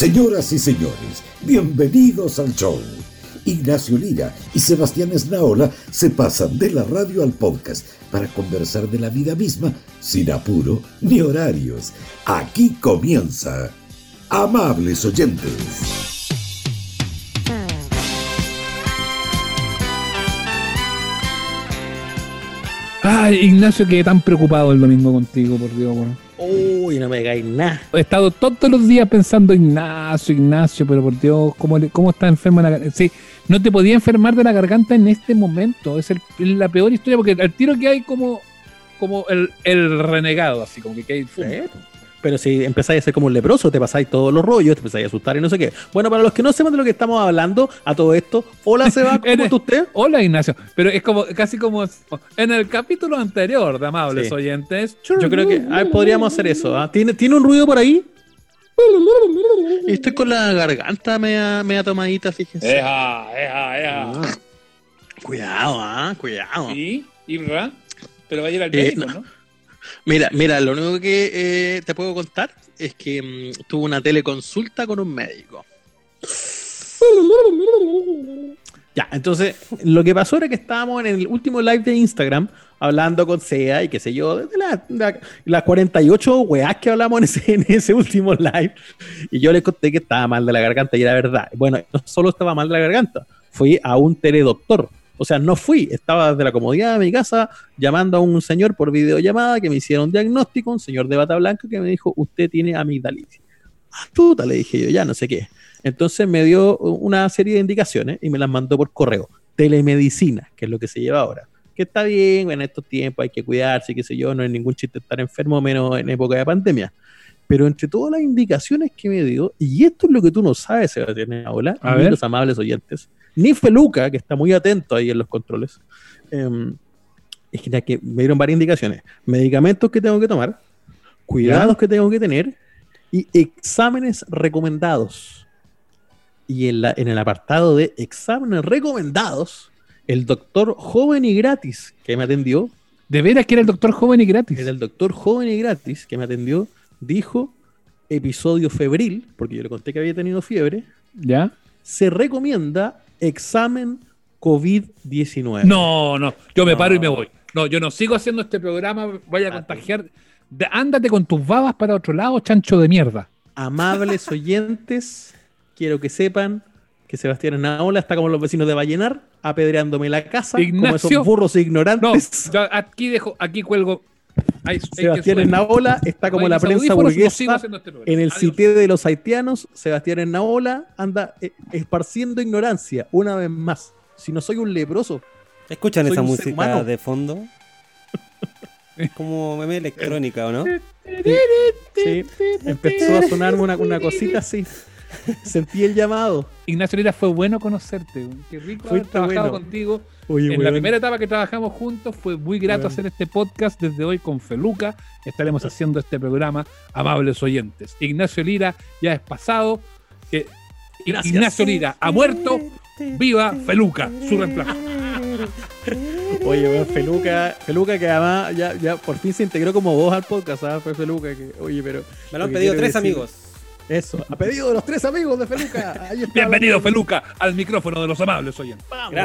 Señoras y señores, bienvenidos al show. Ignacio Lira y Sebastián Esnaola se pasan de la radio al podcast para conversar de la vida misma sin apuro ni horarios. Aquí comienza Amables Oyentes. Ay, Ignacio, quedé tan preocupado el domingo contigo, por Dios, bueno. Uy, no me digáis nada. He estado todos los días pensando, Ignacio, pero por Dios, ¿cómo está enfermo la garganta? Sí, no te podía enfermar de la garganta en este momento. Es la peor historia, porque el tiro que hay como el renegado, así como que hay... Pero si empezáis a ser como un leproso, te pasáis todos los rollos, te empezáis a asustar y no sé qué. Bueno, para los que no sepan de lo que estamos hablando, a todo esto, hola Seba, ¿cómo está usted? Hola Ignacio, pero es como casi como en el capítulo anterior de Amables Oyentes. Yo creo que podríamos hacer eso. ¿Tiene un ruido por ahí? Y estoy con la garganta media tomadita, fíjense. Eja. Cuidado. Sí, Irra, pero va a ir al médico, ¿no? Mira, lo único que te puedo contar es que tuve una teleconsulta con un médico. Ya, entonces, lo que pasó era que estábamos en el último live de Instagram hablando con Sea y qué sé yo, de las 48 weás que hablamos en ese último live. Y yo les conté que estaba mal de la garganta y era verdad. Bueno, no solo estaba mal de la garganta, fui a un teledoctor. O sea, no fui, estaba desde la comodidad de mi casa llamando a un señor por videollamada que me hiciera un diagnóstico, un señor de bata blanca que me dijo, usted tiene amigdalitis. Puta, le dije yo, ya no sé qué. Entonces me dio una serie de indicaciones y me las mandó por correo. Telemedicina, que es lo que se lleva ahora. Que está bien, en estos tiempos hay que cuidarse, qué sé yo, no es ningún chiste estar enfermo, menos en época de pandemia. Pero entre todas las indicaciones que me dio, y esto es lo que tú no sabes, Sebastián, hola, los amables oyentes, ni Feluca, que está muy atento ahí en los controles, es que me dieron varias indicaciones. Medicamentos que tengo que tomar, cuidados que tengo que tener y exámenes recomendados. Y en el apartado de exámenes recomendados, el doctor joven y gratis que me atendió. ¿De veras que era el doctor joven y gratis? Era el doctor joven y gratis que me atendió. Dijo, episodio febril, porque yo le conté que había tenido fiebre. ¿Ya? Se recomienda examen COVID-19. No, yo me paro y me voy. No, yo no sigo haciendo este programa, vaya a contagiar. Ándate con tus babas para otro lado, chancho de mierda. Amables oyentes, quiero que sepan que Sebastián Esnaola está como los vecinos de Vallenar, apedreándome la casa, Ignacio, como esos burros ignorantes. No, aquí cuelgo. Sebastián Esnaola está como la prensa burguesa en el sitio de los haitianos. Sebastián Esnaola anda esparciendo ignorancia una vez más. Si no soy un leproso. ¿Escuchan esa música de fondo? Es como meme electrónica, ¿o no? Sí. Empezó a sonarme una cosita así. Sentí el llamado. Ignacio Lira, fue bueno conocerte. Qué rico haber trabajado contigo. Oye, la primera etapa que trabajamos juntos fue muy grato hacer este podcast. Desde hoy con Feluca estaremos haciendo este programa, Amables Oyentes. Ignacio Lira ya es pasado. Ignacio Lira ha muerto. ¡Viva Feluca! Su reemplazo. Oye, bueno, Feluca que además ya por fin se integró como voz al podcast, ¿sabes? Fue Feluca que, oye, pero... Me lo han pedido 3 amigos. Eso, a pedido de los 3 amigos de Feluca. Bienvenido, Feluca, al micrófono de los amables oyentes.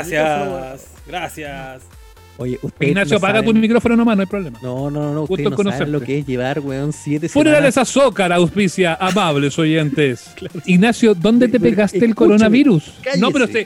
Gracias. Oye, usted Ignacio, apaga tu micrófono nomás, no hay problema. No. Usted no sabe lo que es llevar, weón, 7 Funerales Azócar, auspicia, amables oyentes. Claro. Ignacio, ¿dónde te pegaste el coronavirus? Cállese. No, pero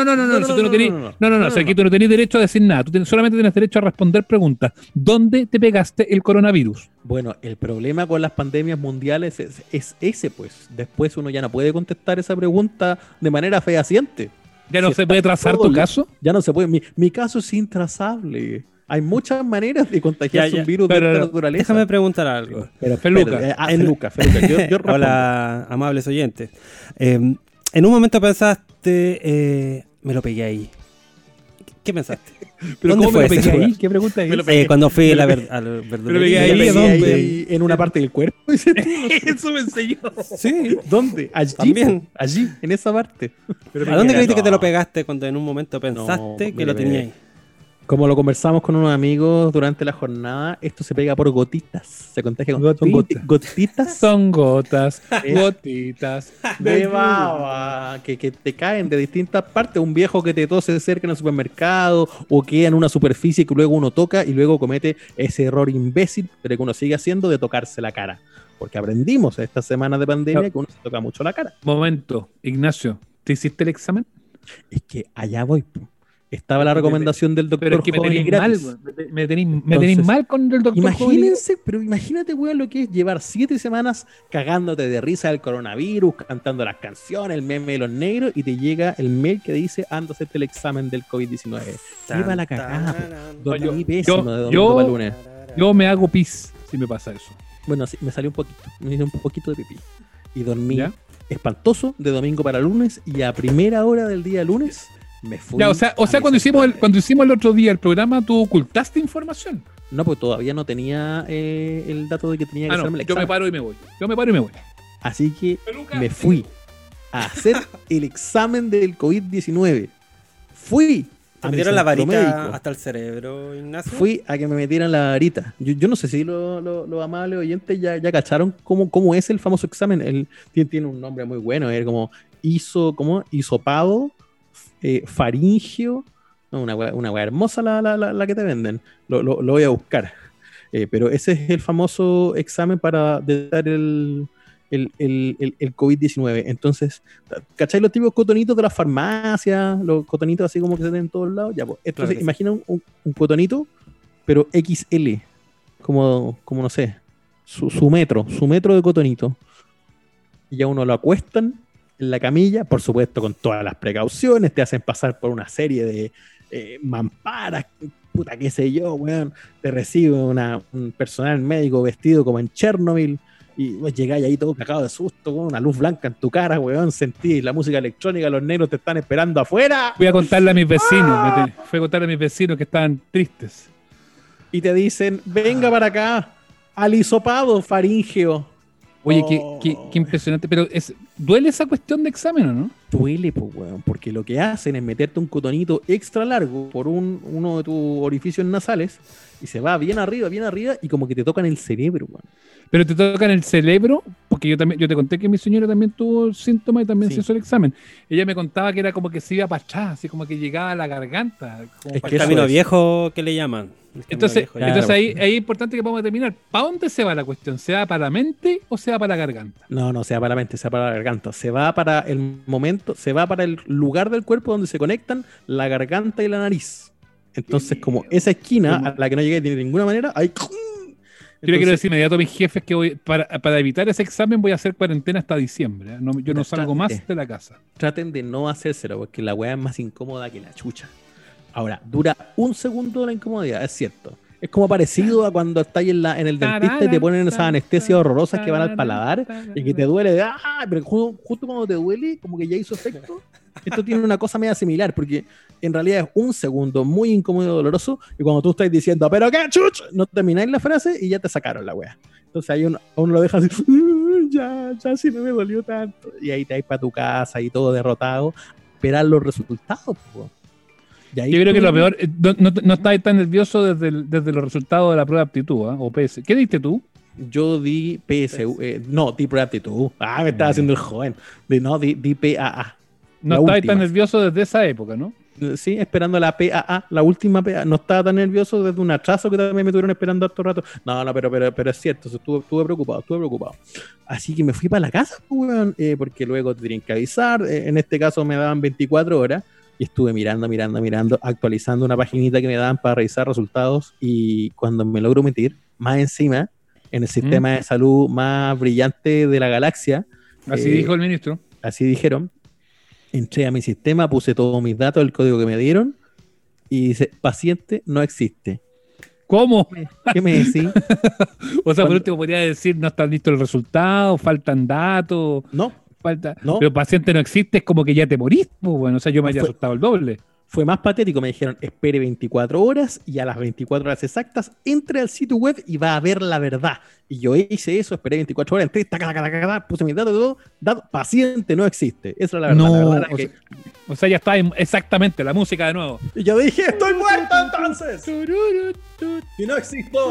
aquí tú no tenés derecho a decir nada. Tú solamente tienes derecho a responder preguntas. ¿Dónde te pegaste el coronavirus? Bueno, el problema con las pandemias mundiales es ese, pues. Después uno ya no puede contestar esa pregunta de manera fehaciente. ¿Ya no se puede trazar tu caso? Ya no se puede. Mi caso es intrazable. Hay muchas maneras de contagiarse un virus de esta naturaleza. Déjame preguntar algo. Feluca. Yo Hola, amables oyentes. En un momento pensaste, me lo pegué ahí. ¿Qué pensaste? ¿Pero ¿Dónde cómo fue me lo ese? pegué ahí? ¿Qué pregunta es? Cuando fui a la verdulería. ¿Dónde? En una parte del cuerpo. Eso me enseñó. Sí. ¿Dónde? Allí. También. Allí, en esa parte. ¿A dónde creíste que te lo pegaste cuando en un momento pensaste que lo tenías ahí? Como lo conversamos con unos amigos durante la jornada, esto se pega por gotitas. Se contagia con gotitas. Son gotas, gotitas de baba que te caen de distintas partes. Un viejo que te tose cerca en el supermercado o queda en una superficie que luego uno toca y luego comete ese error imbécil, pero que uno sigue haciendo de tocarse la cara. Porque aprendimos estas semanas de pandemia que uno se toca mucho la cara. Momento, Ignacio, ¿te hiciste el examen? Es que allá voy. Estaba la recomendación del doctor. Pero es que me tenéis mal con el doctor. Imagínense, pero imagínate, weón, lo que es llevar 7 semanas cagándote de risa del coronavirus, cantando las canciones, el meme de los negros, y te llega el mail que dice anda a hacerte el examen del COVID-19. Lleva la cagada, dormí pésimo de domingo para lunes. Yo me hago pis si me pasa eso. Bueno, sí, me salió un poquito, me hice un poquito de pipí. Y dormí espantoso de domingo para lunes, y a primera hora del día lunes me fui. Ya, o sea cuando hicimos el otro día el programa, ¿tú ocultaste información? No, pues todavía no tenía el dato de que tenía que hacerme el examen. Yo me paro y me voy. Así que me fui a hacer el examen del COVID-19. Fui. ¿Te metieron la varita hasta el cerebro, Ignacio? Fui a que me metieran la varita. Yo no sé si los amables oyentes ya cacharon cómo es el famoso examen. Tiene un nombre muy bueno, es como hisopado, faringio. No, una wea hermosa la que te venden. Lo voy a buscar. Pero ese es el famoso examen para detectar el COVID-19. Entonces, ¿cacháis los típicos cotonitos de las farmacias? Los cotonitos así como que se ven en todos lados. Ya, pues, entonces, claro, imagina un cotonito, pero XL. Como no sé, su metro de cotonito. Y ya uno lo acuestan en la camilla, por supuesto con todas las precauciones, te hacen pasar por una serie de mamparas, puta qué sé yo, weón. Te recibe un personal médico vestido como en Chernobyl. Y pues llegáis ahí todo cagado de susto, con una luz blanca en tu cara, weón, sentís la música electrónica, los negros te están esperando afuera. Fui a contarle a mis vecinos, que estaban tristes. Y te dicen, venga para acá, al hisopado faríngeo. Oye, qué impresionante, pero ¿duele esa cuestión de examen o no? Duele, pues, weón, porque lo que hacen es meterte un cotonito extra largo por uno de tus orificios nasales y se va bien arriba y como que te tocan el cerebro, weón. Pero te tocan el cerebro, porque yo te conté que mi señora también tuvo síntomas y también se hizo el examen. Ella me contaba que era como que se iba para atrás, así como que llegaba a la garganta. Como es que el camino viejo que le llaman. Entonces ahí es importante que podamos determinar, ¿para dónde se va la cuestión? ¿Se va para la mente o se va para la garganta? No, se va para la mente, se va para la garganta. Se va para el momento, se va para el lugar del cuerpo donde se conectan la garganta y la nariz. Entonces, como esa esquina a la que no llegué de ninguna manera, ahí... Yo le quiero decir inmediato a mis jefes que para evitar ese examen voy a hacer cuarentena hasta diciembre. Yo no salgo más de la casa. Traten de no hacérselo porque la weá es más incómoda que la chucha. Ahora, dura un segundo la incomodidad, es cierto. Es como parecido a cuando estás en el dentista y te ponen esas anestesias horrorosas que van al paladar y que te duele. Pero justo cuando te duele, como que ya hizo efecto. Esto tiene una cosa media similar, porque en realidad es un segundo muy incómodo y doloroso, y cuando tú estás diciendo, ¿pero qué chuch? No termináis la frase y ya te sacaron la wea. Entonces ahí uno lo deja así, ya sí no me dolió tanto. Y ahí te vas para tu casa y todo derrotado, esperar los resultados. Y ahí yo creo que lo peor, no estás tan nervioso desde los resultados de la prueba de aptitud, o PS. ¿Qué diste tú? Yo di PSU, di prueba de aptitud. Me estaba haciendo el joven. Di PAA. No estabas tan nervioso desde esa época, ¿no? Sí, esperando la PAA, la última PAA. No estaba tan nervioso desde un atraso que también me tuvieron esperando harto rato. No, pero es cierto, estuve preocupado. Así que me fui para la casa, porque luego te tenían que avisar. En este caso me daban 24 horas y estuve mirando, actualizando una paginita que me daban para revisar resultados, y cuando me logro meter, más encima, en el sistema de salud más brillante de la galaxia. Así dijo el ministro. Así dijeron. Entré a mi sistema, puse todos mis datos, el código que me dieron, y dice, paciente no existe. ¿Cómo? ¿Qué me decís? O sea, por último podría decir, no están listos los resultados, faltan datos. No. Pero paciente no existe, es como que ya te morís, pues, bueno, o sea, yo me había asustado el doble. fue más patético. Me dijeron, espere 24 horas y a las 24 horas exactas entre al sitio web y va a ver la verdad. Y yo hice eso, esperé 24 horas, entré, puse mis datos, todo, paciente no existe. Esa es la verdad. No, la verdad o sea, ya está exactamente la música de nuevo. Y yo dije, estoy muerto entonces. Y no existo.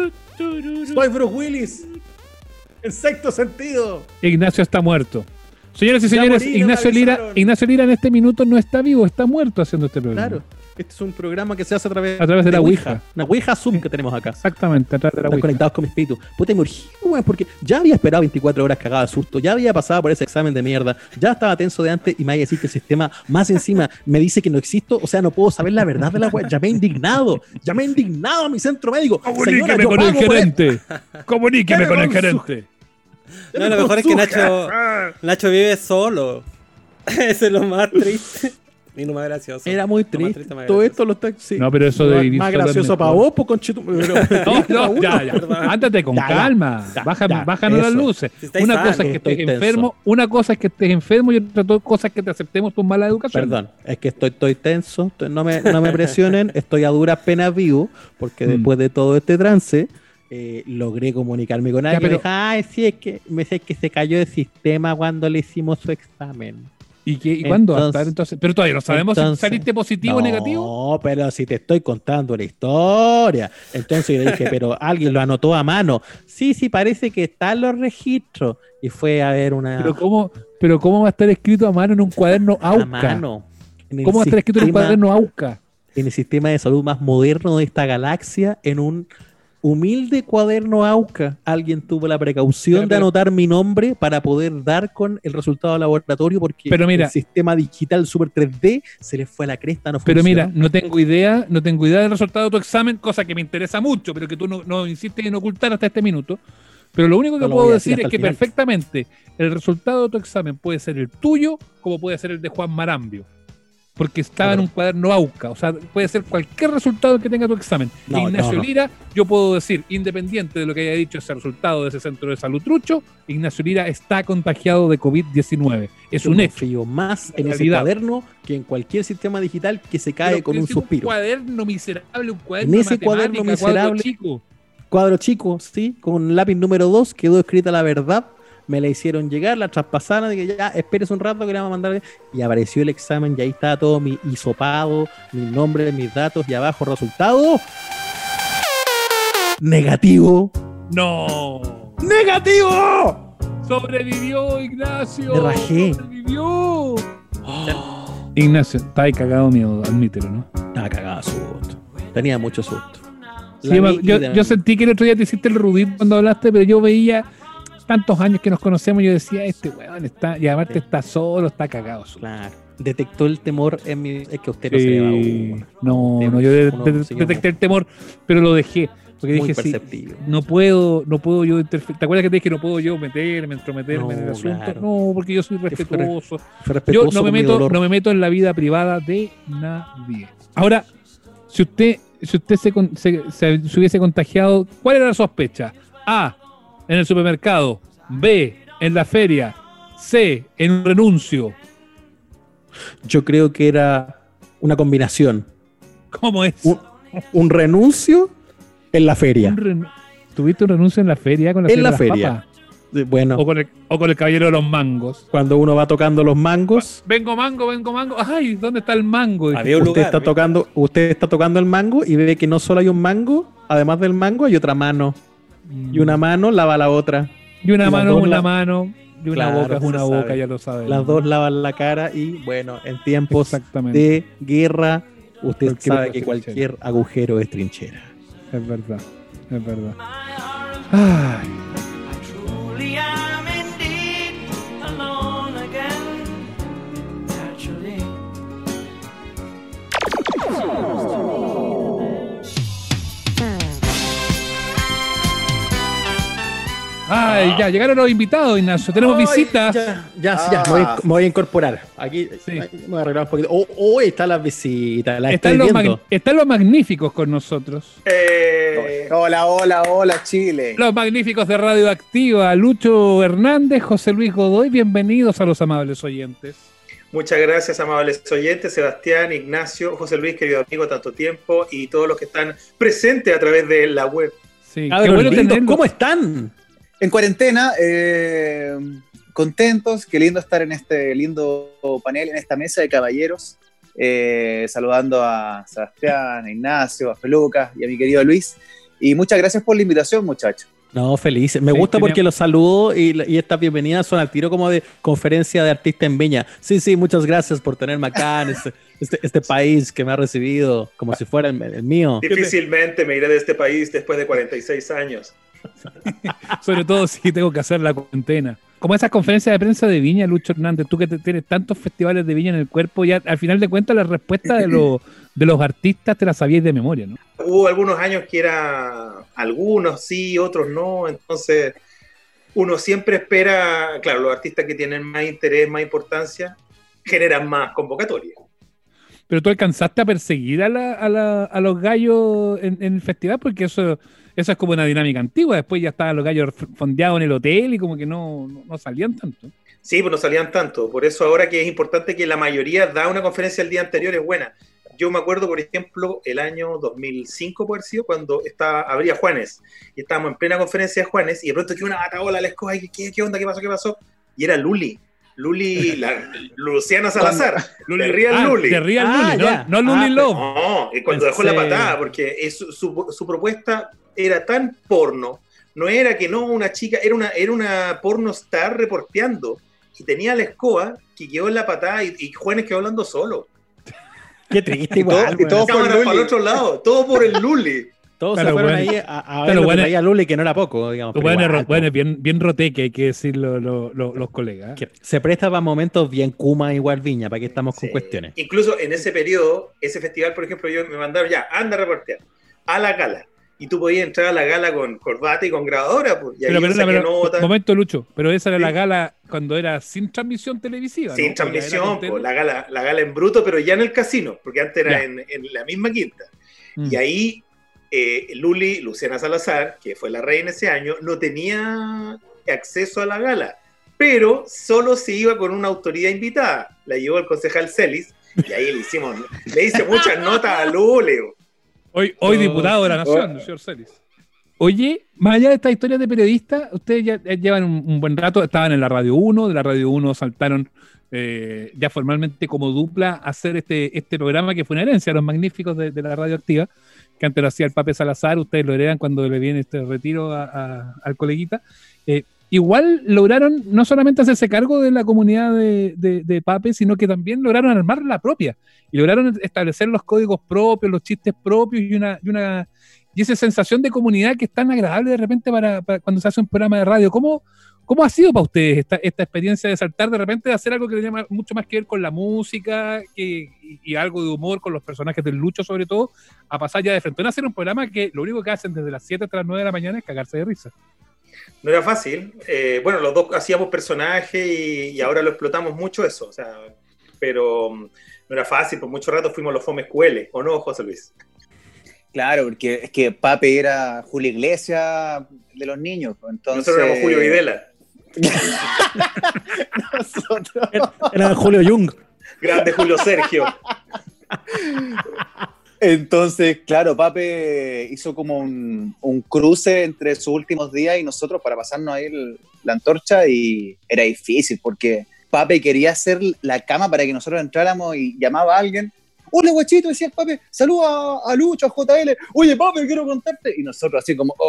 Soy Bruce Willis. En sexto sentido. Ignacio está muerto. Señoras y señores, Ignacio Lira en este minuto no está vivo, está muerto haciendo este programa. Claro, este es un programa que se hace a través de la Ouija. Una Ouija Zoom que tenemos acá. Exactamente, a través de la Ouija. Conectados con mi espíritu. Puta, me urgí, weón, porque ya había esperado 24 horas cagado de susto, ya había pasado por ese examen de mierda, ya estaba tenso de antes y me vaya a decir que el sistema más encima me dice que no existo, o sea, no puedo saber la verdad de la weá. Llamé indignado a mi centro médico. Comuníqueme con el gerente. Comuníqueme con el gerente. No, lo mejor es que Nacho vive solo. Eso es lo más triste y lo más gracioso. Era muy triste. Todo esto lo está. Sí. No, pero eso de vivir más gracioso para vos, pues conchito. No, ya. Ándate con calma. Bájanos las luces. Una cosa es que estés enfermo, y otra cosa es que te aceptemos tu mala educación. Perdón, es que estoy tenso. No me presionen. Estoy a duras penas vivo, porque después de todo este trance. Logré comunicarme con alguien. Pero ay, sí, es que se cayó el sistema cuando le hicimos su examen. ¿Y cuándo va a estar entonces? Pero todavía no sabemos si saliste positivo o negativo. No, pero si te estoy contando la historia. Entonces yo le dije, pero alguien lo anotó a mano. Sí, parece que están los registros. Y fue a ver una. Pero ¿cómo va a estar escrito a mano en un cuaderno AUCA? A mano. ¿Cómo va a estar escrito en un cuaderno AUCA? En el sistema de salud más moderno de esta galaxia, en un humilde cuaderno AUCA, alguien tuvo la precaución de anotar mi nombre para poder dar con el resultado del laboratorio, porque el sistema digital Super 3D se le fue a la cresta, no funcionó. Pero mira, no tengo idea del resultado de tu examen, cosa que me interesa mucho, pero que tú no insistes en ocultar hasta este minuto. Pero lo único que puedo decir es que perfectamente el resultado de tu examen puede ser el tuyo, como puede ser el de Juan Marambio. Porque estaba en un cuaderno AUCA, o sea, puede ser cualquier resultado que tenga tu examen. Ignacio Lira, yo puedo decir, independiente de lo que haya dicho ese resultado de ese centro de salud trucho, Ignacio Lira está contagiado de COVID-19. Es un hecho. Yo más en ese cuaderno que en cualquier sistema digital que se cae con un suspiro. Un cuaderno miserable, un cuaderno en ese cuaderno miserable, cuadro chico, sí, con lápiz número 2 quedó escrita la verdad. Me la hicieron llegar, la traspasaron, dije ya, espérese un rato que le vamos a mandar. Y apareció el examen y ahí está todo mi hisopado, mi nombre, mis datos y abajo resultado. Negativo. No. ¡Negativo! Sobrevivió, Ignacio. Me rajé. Sobrevivió. Oh. Ignacio, está ahí cagado miedo, admítelo, ¿no? Estaba cagado susto. Tenía mucho susto. Sí, yo sentí que el otro día te hiciste el rudito cuando hablaste, pero yo veía tantos años que nos conocemos, yo decía, este weón está, y aparte está solo, está cagado. Claro. Detectó el temor en mi. Es que usted no se le va a No, yo detecté el temor, pero lo dejé. Porque dije, sí, no puedo yo interferir. ¿Te acuerdas que te dije que no puedo yo entrometerme en el asunto? Claro. No, porque yo soy respetuoso. Yo no me meto en la vida privada de nadie. Ahora, si usted se hubiese contagiado, ¿cuál era la sospecha? A, en el supermercado. B, en la feria. C, en un renuncio. Yo creo que era una combinación. ¿Cómo es? Un renuncio en la feria. ¿Tuviste un renuncio en la feria? Con en la feria. Bueno. O con el caballero de los mangos. Cuando uno va tocando los mangos. Vengo mango. Ay, ¿dónde está el mango? Usted está tocando el mango y ve que no solo hay un mango, además del mango hay otra mano. Y una mano lava la otra. Y una mano es una mano. Y una boca es una boca, ya lo sabe. Las dos lavan la cara y, bueno, en tiempos de guerra, usted sabe que cualquier agujero es trinchera. Es verdad. Ay. Ay, ya, llegaron los invitados, Ignacio. Tenemos visitas. Ya, me voy a incorporar. Aquí sí. Me voy a arreglar un poquito. Están las visitas. Están los magníficos con nosotros. Hola, Chile. Los magníficos de Radioactiva, Lucho Hernández, José Luis Godoy. Bienvenidos a los amables oyentes. Muchas gracias, amables oyentes, Sebastián, Ignacio, José Luis, querido amigo, tanto tiempo, y todos los que están presentes a través de la web. Sí, qué bueno tenerlos. ¿Cómo están? En cuarentena, contentos, qué lindo estar en este lindo panel, en esta mesa de caballeros, saludando a Sebastián, a Ignacio, a Feluca y a mi querido Luis. Y muchas gracias por la invitación, muchachos. No, feliz. Me gusta porque los saludos y estas bienvenidas son al tiro como de conferencia de artista en Viña. Sí, muchas gracias por tenerme acá en este país que me ha recibido como si fuera el mío. Difícilmente me iré de este país después de 46 años. Sobre todo si tengo que hacer la cuarentena. Como esas conferencias de prensa de Viña, Lucho Hernández, tú que tienes tantos festivales de Viña en el cuerpo, ya al final de cuentas la respuesta de los artistas te la sabías de memoria, ¿no? Hubo algunos años que era algunos sí, otros no, entonces uno siempre espera, claro, los artistas que tienen más interés, más importancia, generan más convocatorias. Pero tú alcanzaste a perseguir a los gallos en el festival, porque eso es como una dinámica antigua. Después ya estaban los gallos fondeados en el hotel y como que no salían tanto. Sí, pues no salían tanto. Por eso ahora que es importante que la mayoría da una conferencia el día anterior es buena. Yo me acuerdo, por ejemplo, el año 2005, por haber sido, cuando abría Juanes. Y estábamos en plena conferencia de Juanes y de pronto que una batabola a la escoba. ¿Qué onda? ¿Qué pasó? Y era Luli, Luciana Salazar, de Real Luli, no Luli Love. No, y cuando dejó la patada, porque su propuesta era tan porno, no era que no una chica, era una porno star reporteando, y tenía la escoba que quedó en la patada y Juanes quedó hablando solo. Qué triste, igual. Y todo por para el otro lado, todo por el Luli. Todos se fueron ahí a ver lo que traía Luli, que no era poco, digamos. Bueno, bien roteque, hay que decirlo los colegas. Que se presta para momentos bien Kuma igual Viña, para que estamos con cuestiones. Incluso en ese periodo, ese festival, por ejemplo, me mandaron anda a reportear a la gala. Y tú podías entrar a la gala con corbata y con grabadora. Pues, y pero momento, Lucho, pero esa era la gala cuando era sin transmisión televisiva. Sin transmisión, pues, la gala en bruto, pero ya en el casino, porque antes era en la misma quinta. Y ahí Luciana Salazar, que fue la reina ese año, no tenía acceso a la gala, pero solo se iba con una autoridad invitada. La llevó el concejal Celis, y ahí le hice muchas notas a Luli. Hoy diputado de la Nación, señor Celis. Oye, más allá de estas historias de periodistas, ustedes ya llevan un buen rato, estaban en la Radio 1, de la Radio 1 saltaron ya formalmente como dupla a hacer este programa que fue una herencia, los magníficos de la Radio Activa, que antes lo hacía el Pape Salazar, ustedes lo heredan cuando le viene este retiro al coleguita. Igual lograron no solamente hacerse cargo de la comunidad de Pape, sino que también lograron armar la propia. Y lograron establecer los códigos propios, los chistes propios y esa sensación de comunidad que es tan agradable de repente para cuando se hace un programa de radio. ¿Cómo ha sido para ustedes esta experiencia de saltar de repente de hacer algo que tenía mucho más que ver con la música y algo de humor con los personajes del Lucho sobre todo, a pasar ya de frente a hacer un programa que lo único que hacen desde las 7 hasta las 9 de la mañana es cagarse de risa? No era fácil. Bueno, los dos hacíamos personajes y ahora lo explotamos mucho eso. O sea, pero no era fácil. Por mucho rato fuimos los Fomes QL, ¿o no, José Luis? Claro, porque es que Pape era Julio Iglesias de los niños. Entonces... Nosotros éramos Julio Videla. Nosotros... Era Julio Jung. Grande Julio Sergio. Entonces, claro, Pape hizo como un cruce entre sus últimos días y nosotros para pasarnos ahí la antorcha, y era difícil porque Pape quería hacer la cama para que nosotros entráramos y llamaba a alguien. Hola, guachito, decía el Pape, saluda a Lucho, a JL. Oye, Pape, quiero contarte. Y nosotros así como...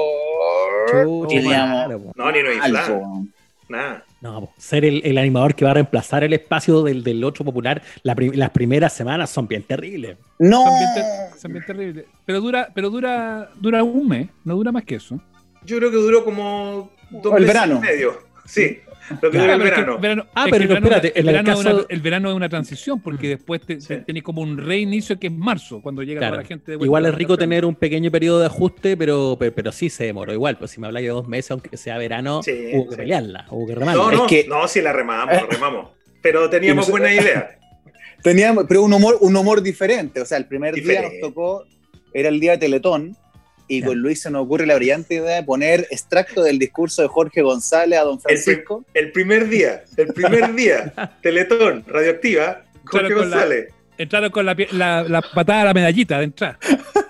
No, ni nada. No, ser el animador que va a reemplazar el espacio del otro popular las primeras semanas son bien terribles. No. Son bien terribles. Pero dura un mes, no dura más que eso. Yo creo que duró como 2 meses y medio. Sí. Lo que dura el verano. Espérate, el verano es una transición, porque después tenés como un reinicio que es marzo, cuando llega toda la gente de vuelta. Igual es rico tener un pequeño periodo de ajuste, pero sí se demoró igual. Pues si me habláis de 2 meses, aunque sea verano, hubo que pelearla, hubo que remarla. No, sí la remamos. Pero teníamos buena idea. Teníamos, pero un humor diferente. O sea, el primer día nos tocó, era el día de Teletón, y con Luis se nos ocurre la brillante idea de poner extracto del discurso de Jorge González a don Francisco. El primer día, Teletón, Radioactiva, Jorge González. Entraron con la patada a la medallita de entrar.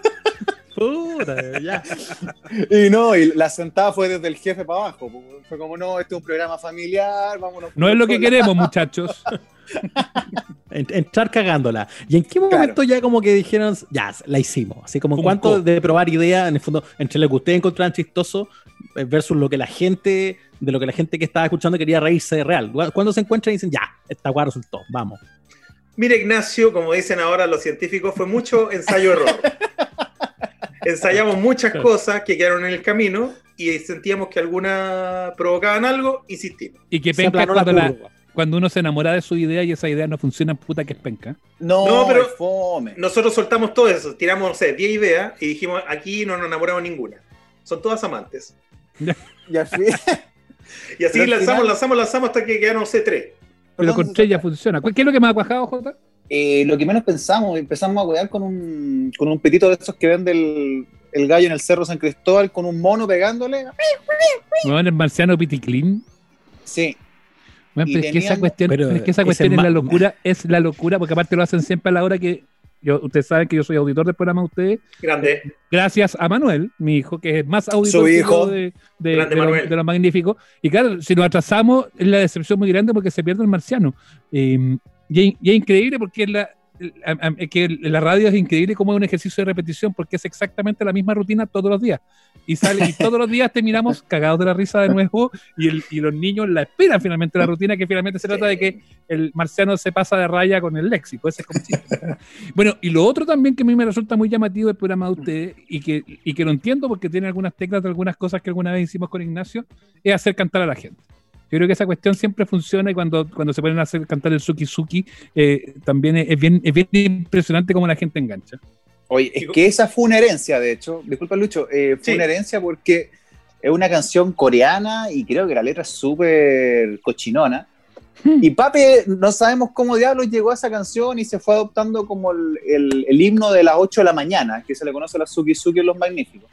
Puta, ya. Y la sentada fue desde el jefe para abajo. Fue como, no, este es un programa familiar, vámonos. No es lo que queremos, muchachos. Entrar cagándola. ¿Y en qué momento ya como que dijeron, ya, la hicimos? Así como en cuanto de probar ideas, en el fondo, entre lo que ustedes encontraban chistoso versus lo que la gente que estaba escuchando quería reírse de real. Cuando se encuentran y dicen, ya, esta guay resultó, vamos. Mira, Ignacio, como dicen ahora los científicos, fue mucho ensayo-error. Ensayamos muchas cosas que quedaron en el camino y sentíamos que algunas provocaban algo, insistimos. Y que penca cuando uno se enamora de su idea y esa idea no funciona, puta que es penca. No, pero fome. Nosotros soltamos todo eso, tiramos, no sé, 10 ideas y dijimos, aquí no nos enamoramos ninguna. Son todas amantes. Y así lanzamos hasta que quedaron, no sé, 3. Pero con 3 ya funciona. ¿Qué es lo que más ha cuajado, Jota? Lo que menos empezamos a cuidar con un petito de esos que vende el gallo en el Cerro San Cristóbal con un mono pegándole. ¿No? El marciano Piticlin. Sí. Bueno, pero es que esa cuestión es la locura, porque aparte lo hacen siempre a la hora que ustedes saben que yo soy auditor del programa de ustedes. Grande. Gracias a Manuel, mi hijo, que es más auditor de los magníficos. Y claro, si nos atrasamos, es la decepción muy grande porque se pierde el marciano. Y es increíble porque la radio es increíble como es un ejercicio de repetición porque es exactamente la misma rutina todos los días y todos los días terminamos cagados de la risa de nuevo y los niños la esperan finalmente la rutina, que finalmente se trata de que el marciano se pasa de raya con el léxico. Ese es como chiste. Bueno, y lo otro también que a mí me resulta muy llamativo del programa de ustedes y que lo entiendo porque tiene algunas teclas de algunas cosas que alguna vez hicimos con Ignacio, es hacer cantar a la gente. Yo creo que esa cuestión siempre funciona y cuando se ponen a hacer cantar el Suki Suki, también es bien impresionante cómo la gente engancha. Oye, es que esa fue una herencia, de hecho. Disculpa, Lucho. Fue una herencia porque es una canción coreana y creo que la letra es súper cochinona. Y Pape, no sabemos cómo diablos llegó a esa canción y se fue adoptando como el himno de las 8 de la mañana, que se le conoce a la Suki Suki en Los Magníficos.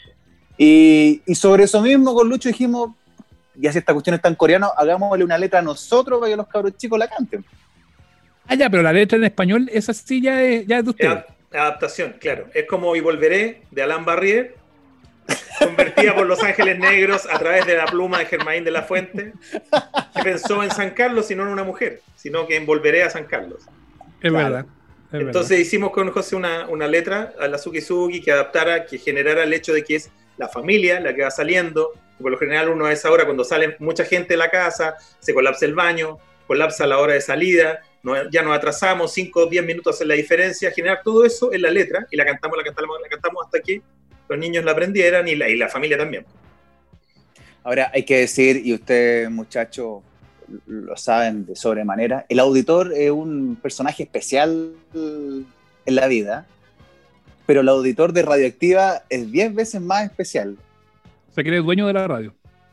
Y sobre eso mismo con Lucho dijimos, ya si esta cuestión está en coreano, hagámosle una letra a nosotros para que los cabros chicos la canten. Ah, ya, pero la letra en español, esa sí ya es de ustedes. Adaptación, claro. Es como Y Volveré, de Alain Barrier, convertida por Los Ángeles Negros a través de la pluma de Germain de la Fuente, que pensó en San Carlos y no en una mujer, sino que en Volveré a San Carlos. Es verdad. Entonces hicimos con José una letra a la Suki Suki que adaptara, que generara el hecho de que es la familia la que va saliendo. Por lo general uno a esa hora, cuando sale mucha gente de la casa, se colapsa el baño, colapsa la hora de salida, ya nos atrasamos, 5 o 10 minutos hacer la diferencia, generar todo eso en la letra, y la cantamos hasta que los niños la aprendieran y la familia también. Ahora hay que decir, y ustedes muchachos lo saben de sobremanera, el auditor es un personaje especial en la vida, pero el auditor de Radioactiva es 10 veces más especial. Se cree dueño de la radio.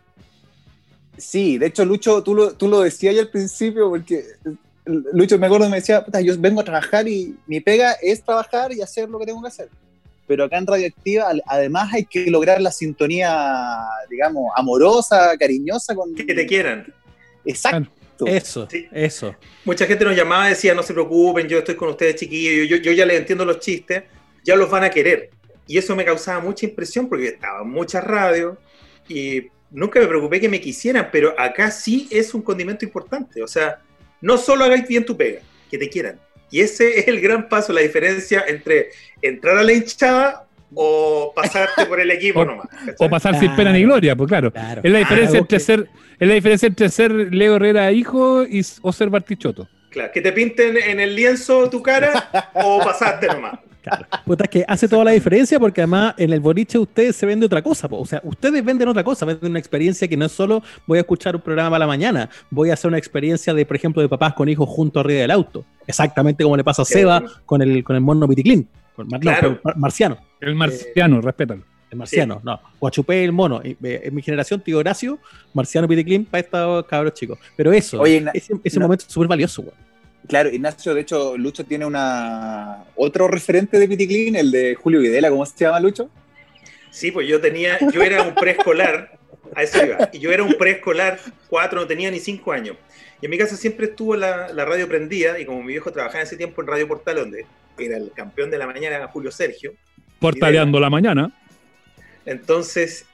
Sí, de hecho, Lucho, tú lo decías al principio, porque Lucho, me acuerdo, me decía, yo vengo a trabajar y mi pega es trabajar y hacer lo que tengo que hacer. Pero acá en Radioactiva, además, hay que lograr la sintonía, digamos, amorosa, cariñosa. Que te quieran. Exacto. Eso. Mucha gente nos llamaba y decía, no se preocupen, yo estoy con ustedes, chiquillos, yo ya les entiendo los chistes, ya los van a querer. Y eso me causaba mucha impresión porque estaba en muchas radios y nunca me preocupé que me quisieran, pero acá sí es un condimento importante. O sea, no solo hagáis bien tu pega, que te quieran. Y ese es el gran paso, la diferencia entre entrar a la hinchada o pasarte por el equipo nomás. O pasar sin pena ni gloria, pues claro. Es la diferencia entre ser Leo Herrera hijo o ser Bartichotto. Claro, que te pinten en el lienzo tu cara o pasarte nomás. Claro. Puta, es que hace toda la diferencia porque además en el boliche ustedes se vende otra cosa, po. O sea, ustedes venden otra cosa, venden una experiencia que no es solo voy a escuchar un programa para la mañana, voy a hacer una experiencia de, por ejemplo, de papás con hijos junto arriba del auto, exactamente como le pasa a Seba con el mono Piticlin, Marciano. El Marciano, respétalo. El Marciano, no, Guachupé el mono. En mi generación, tío Horacio, Marciano Piticlin para estos cabros chicos. Pero eso, ese momento es súper valioso, güey. Claro, Ignacio, de hecho, Lucho tiene otro referente de Piticlin, el de Julio Videla. ¿Cómo se llama, Lucho? Sí, pues yo era un preescolar, a eso iba, y yo era un preescolar 4, no tenía ni 5 años. Y en mi casa siempre estuvo la radio prendida, y como mi viejo trabajaba en ese tiempo en Radio Portal, donde era el campeón de la mañana, Julio Sergio. Portaleando la mañana. Entonces,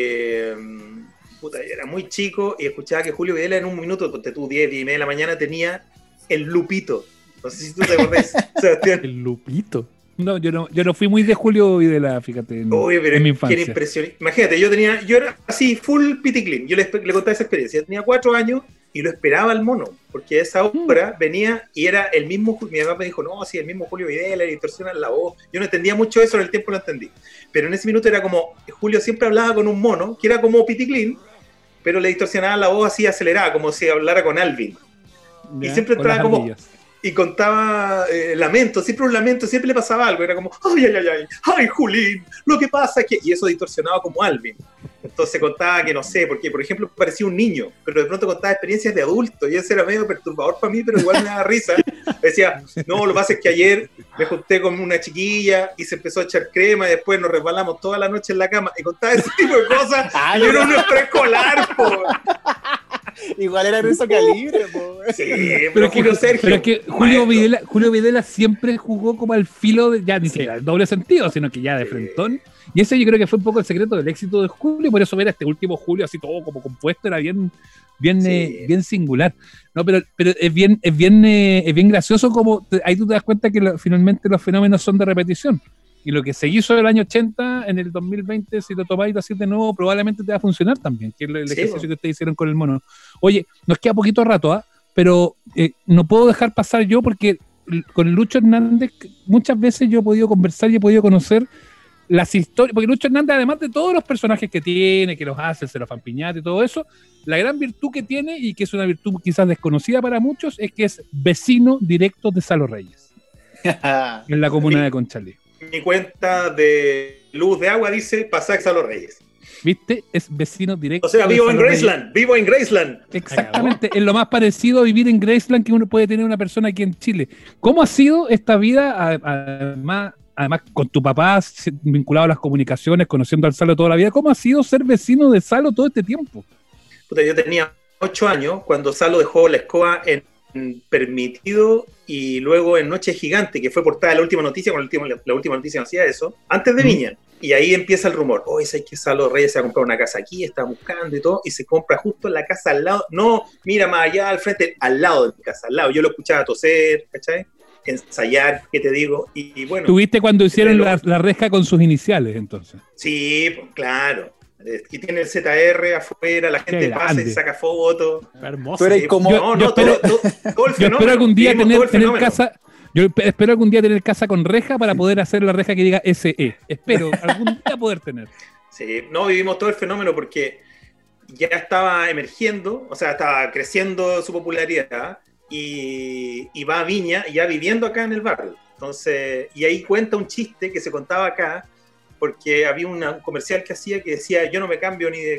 yo era muy chico y escuchaba que Julio Videla en un minuto, ponte tú, 10 y media de la mañana, tenía el Lupito. No sé si tú te acordás, Sebastián. El Lupito. No, yo no fui muy de Julio Videla, fíjate, en mi infancia. Qué impresión. Imagínate, yo era así, full piticlin. Yo le contaba esa experiencia. Yo tenía 4 años y lo esperaba al mono, porque a esa hora venía y era el mismo. Mi mamá me dijo, no, sí, el mismo Julio Videla, le distorsionan la voz. Yo no entendía mucho eso, en el tiempo lo entendí. Pero en ese minuto era como, Julio siempre hablaba con un mono, que era como piticlin, pero le distorsionaban la voz así acelerada, como si hablara con Alvin. Ya, y siempre entraba como... Y contaba lamentos, siempre un lamento, siempre le pasaba algo, era como, ay, Julín, lo que pasa es que... Y eso distorsionaba como Alvin. Entonces contaba que, no sé, porque por ejemplo parecía un niño, pero de pronto contaba experiencias de adulto, y eso era medio perturbador para mí, pero igual me daba risa. Decía, no, lo que pasa es que ayer me junté con una chiquilla y se empezó a echar crema y después nos resbalamos toda la noche en la cama, y contaba ese tipo de cosas, y yo era un preescolar, po. Igual era de ese calibre, po. Sí, pero Julio Sergio. Pero es que Julio Videla siempre jugó como al filo de, ya ni siquiera el doble sentido, sino que ya de frentón. Y ese yo creo que fue un poco el secreto del éxito de Julio, por eso ver a este último Julio así todo como compuesto era bien singular. No, pero es bien gracioso como ahí tú te das cuenta que finalmente los fenómenos son de repetición. Y lo que se hizo en el año 80, en el 2020, si lo tomáis así de nuevo, probablemente te va a funcionar también, que es el ejercicio que ustedes hicieron con el mono. Oye, nos queda poquito rato, pero no puedo dejar pasar yo porque con Lucho Hernández muchas veces yo he podido conversar y he podido conocer las historias, porque Lucho Hernández, además de todos los personajes que tiene, que los hace, el Serafán Piñata y todo eso, la gran virtud que tiene, y que es una virtud quizás desconocida para muchos, es que es vecino directo de Salo Reyes, en la comuna de Conchalí. Mi cuenta de luz de agua dice Pasaje Salo Reyes. ¿Viste? Es vecino directo. O sea, vivo en Graceland. Exactamente, es lo más parecido a vivir en Graceland que uno puede tener una persona aquí en Chile. ¿Cómo ha sido esta vida, además con tu papá vinculado a las comunicaciones, conociendo al Salo toda la vida? ¿Cómo ha sido ser vecino de Salo todo este tiempo? Puta, yo tenía 8 años cuando Salo dejó la escoba en Permitido y luego en Noche Gigante, que fue portada de la última noticia, la última noticia no hacía eso, antes de Viña. Y ahí empieza el rumor, es que Salo Reyes se ha comprado una casa aquí, está buscando y todo, y se compra justo en la casa al lado, no, mira más allá al frente, al lado de mi casa, al lado. Yo lo escuchaba toser, ¿cachai? Ensayar, ¿qué te digo? Y bueno. ¿Tuviste cuando hicieron la reja con sus iniciales, entonces? Sí, pues claro. Aquí tiene el ZR afuera, la gente pasa y saca fotos. Hermoso. Pero como... Yo espero algún día tener casa... Yo espero algún día tener casa con reja para poder hacer la reja que diga SE. Espero algún día poder tener. Sí, no, vivimos todo el fenómeno porque ya estaba emergiendo, o sea, estaba creciendo su popularidad y va a Viña, ya viviendo acá en el barrio. Entonces, y ahí cuenta un chiste que se contaba acá, porque había un comercial que hacía que decía, yo no me cambio ni